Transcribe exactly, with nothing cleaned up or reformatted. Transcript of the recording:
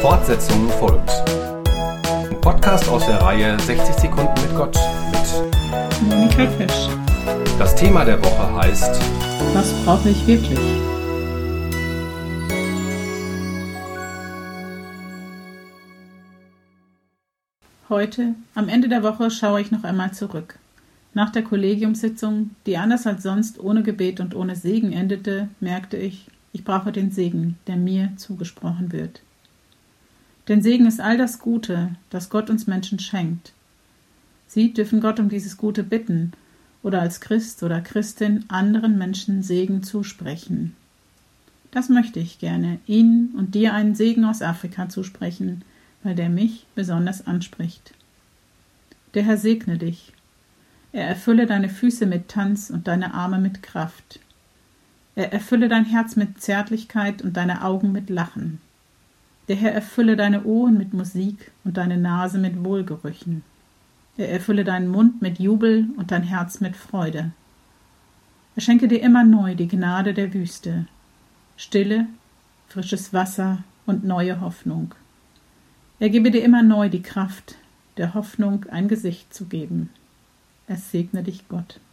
Fortsetzung folgt. Ein Podcast aus der Reihe sechzig Sekunden mit Gott mit Monika Fisch. Das Thema der Woche heißt: Was brauche ich wirklich? Heute, am Ende der Woche, schaue ich noch einmal zurück. Nach der Kollegiumssitzung, die anders als sonst ohne Gebet und ohne Segen endete, merkte ich, ich brauche den Segen, der mir zugesprochen wird. Denn Segen ist all das Gute, das Gott uns Menschen schenkt. Sie dürfen Gott um dieses Gute bitten oder als Christ oder Christin anderen Menschen Segen zusprechen. Das möchte ich gerne, Ihnen und dir einen Segen aus Afrika zusprechen, weil der mich besonders anspricht. Der Herr segne dich. Er erfülle deine Füße mit Tanz und deine Arme mit Kraft. Er erfülle dein Herz mit Zärtlichkeit und deine Augen mit Lachen. Der Herr erfülle deine Ohren mit Musik und deine Nase mit Wohlgerüchen. Er erfülle deinen Mund mit Jubel und dein Herz mit Freude. Er schenke dir immer neu die Gnade der Wüste, Stille, frisches Wasser und neue Hoffnung. Er gebe dir immer neu die Kraft, der Hoffnung ein Gesicht zu geben. Es segne dich Gott.